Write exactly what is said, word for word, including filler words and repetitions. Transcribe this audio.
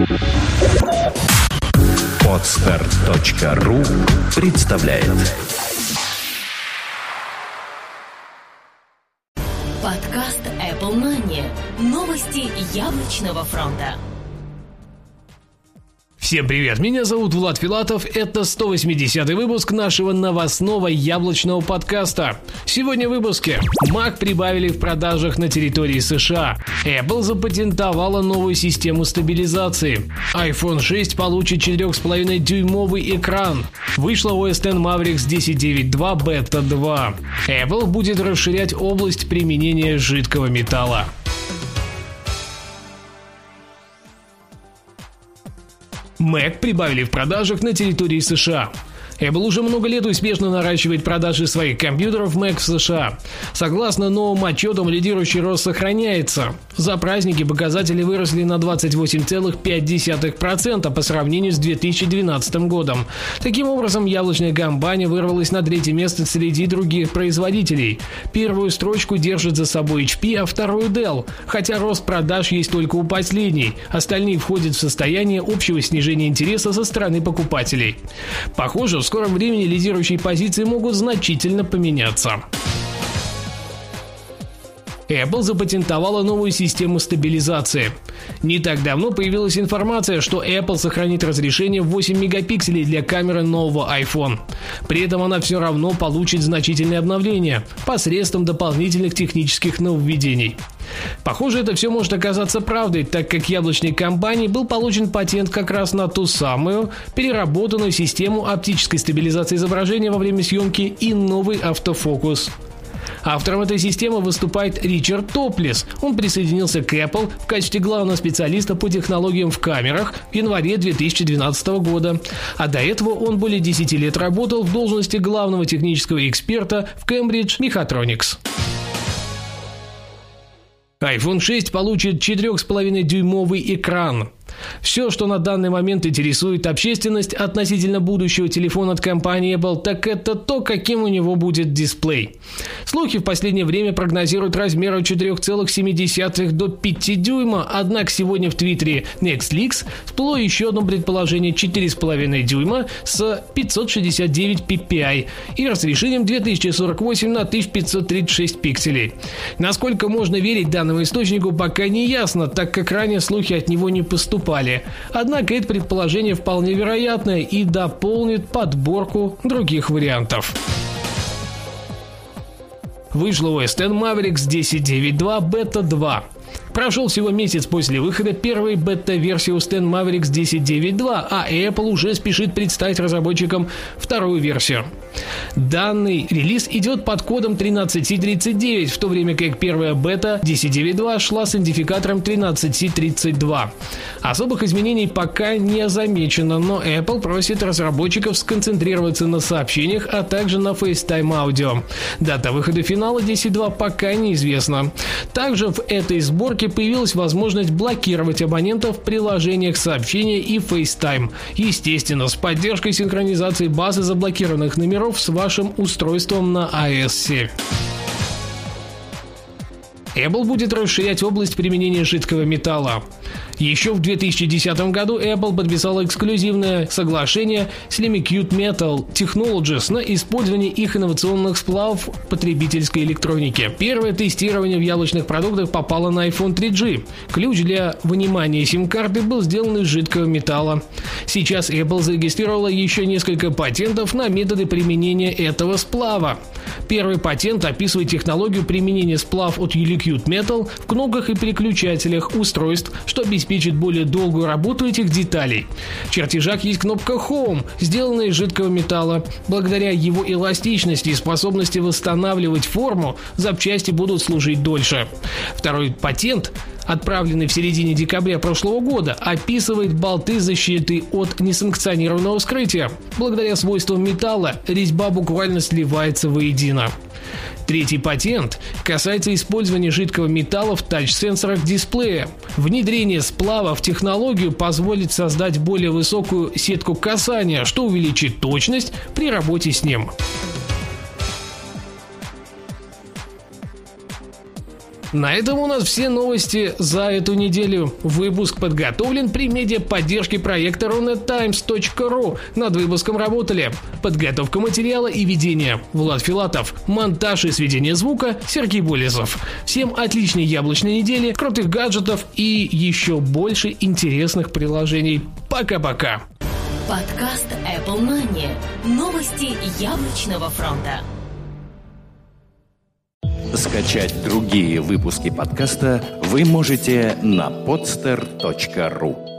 Подстер точка ру представляет подкаст Apple Money. Новости яблочного фронта. Всем привет, меня зовут Влад Филатов, это сто восьмидесятый выпуск нашего новостного яблочного подкаста. Сегодня в выпуске. Mac прибавили в продажах на территории США. Apple запатентовала новую систему стабилизации. айфон шесть получит четыре с половиной дюймовый экран. Вышла о эс X Mavericks десять девять два бета два. Apple будет расширять область применения жидкого металла. Mac прибавили в продажах на территории США. Apple уже много лет успешно наращивает продажи своих компьютеров Mac в США. Согласно новым отчетам, лидирующий рост сохраняется. За праздники показатели выросли на двадцать восемь целых пять десятых процента по сравнению с две тысячи двенадцатым годом. Таким образом, яблочная компания вырвалась на третье место среди других производителей. Первую строчку держит за собой эйч пи, а вторую Dell. Хотя рост продаж есть только у последней. Остальные входят в состояние общего снижения интереса со стороны покупателей. Похоже, в скором времени лидирующие позиции могут значительно поменяться. Apple запатентовала новую систему стабилизации. Не так давно появилась информация, что Apple сохранит разрешение в восемь мегапикселей для камеры нового iPhone. При этом она все равно получит значительные обновления посредством дополнительных технических нововведений. Похоже, это все может оказаться правдой, так как яблочной компании был получен патент как раз на ту самую переработанную систему оптической стабилизации изображения во время съемки и новый автофокус. Автором этой системы выступает Ричард Топлес. Он присоединился к Apple в качестве главного специалиста по технологиям в камерах в январе две тысячи двенадцатого года. А до этого он более десяти лет работал в должности главного технического эксперта в Cambridge Mechatronics. айфон шесть получит четыре с половиной дюймовый экран. Все, что на данный момент интересует общественность относительно будущего телефона от компании Apple, так это то, каким у него будет дисплей. Слухи в последнее время прогнозируют размер от четыре целых семь десятых до пяти дюйма, однако сегодня в твиттере NextLeaks всплыло еще одно предположение четыре с половиной дюйма с пятьсот шестьдесят девять пи пи ай и разрешением две тысячи сорок восемь на тысяча пятьсот тридцать шесть пикселей. Насколько можно верить данному источнику, пока не ясно, так как ранее слухи от него не поступали. Однако это предположение вполне вероятное и дополнит подборку других вариантов. Вышла о эс X Mavericks десять девять два бета два. Прошел всего месяц после выхода первой бета-версии о эс X Mavericks десять девять два, а Apple уже спешит представить разработчикам вторую версию. Данный релиз идет под кодом тринадцать си тридцать девять, в то время как первая бета десять девять два шла с идентификатором тринадцать си тридцать два. Особых изменений пока не замечено, но Apple просит разработчиков сконцентрироваться на сообщениях, а также на FaceTime аудио. Дата выхода финала десять два пока неизвестна. Также в этой сборке появилась возможность блокировать абонентов в приложениях сообщения и FaceTime. Естественно, с поддержкой синхронизации базы заблокированных номеров с вашим устройством на ай о эс семь. Apple будет расширять область применения жидкого металла. Еще в две тысячи десятом году Apple подписала эксклюзивное соглашение с Limicute Metal Technologies на использование их инновационных сплавов в потребительской электронике. Первое тестирование в яблочных продуктах попало на айфон три джи. Ключ для вынимания сим-карты был сделан из жидкого металла. Сейчас Apple зарегистрировала еще несколько патентов на методы применения этого сплава. Первый патент описывает технологию применения сплав от Limicute Metal в кнопках и переключателях устройств, что обеспечит более долгую работу этих деталей. В чертежах есть кнопка Home, сделанная из жидкого металла. Благодаря его эластичности и способности восстанавливать форму, запчасти будут служить дольше. Второй патент, отправленный в середине декабря прошлого года, описывает болты защиты от несанкционированного вскрытия. Благодаря свойствам металла резьба буквально сливается воедино. Третий патент касается использования жидкого металла в тач-сенсорах дисплея. Внедрение сплава в технологию позволит создать более высокую сетку касания, что увеличит точность при работе с ним. На этом у нас все новости за эту неделю. Выпуск подготовлен при медиаподдержке проекта рунет таймс точка ру. Над выпуском работали подготовка материала и ведение Влад Филатов, монтаж и сведение звука Сергей Болесов. Всем отличной яблочной недели, крутых гаджетов и еще больше интересных приложений. Пока-пока. Подкаст Apple Money. Новости яблочного фронта. Скачать другие выпуски подкаста вы можете на подстер точка ру.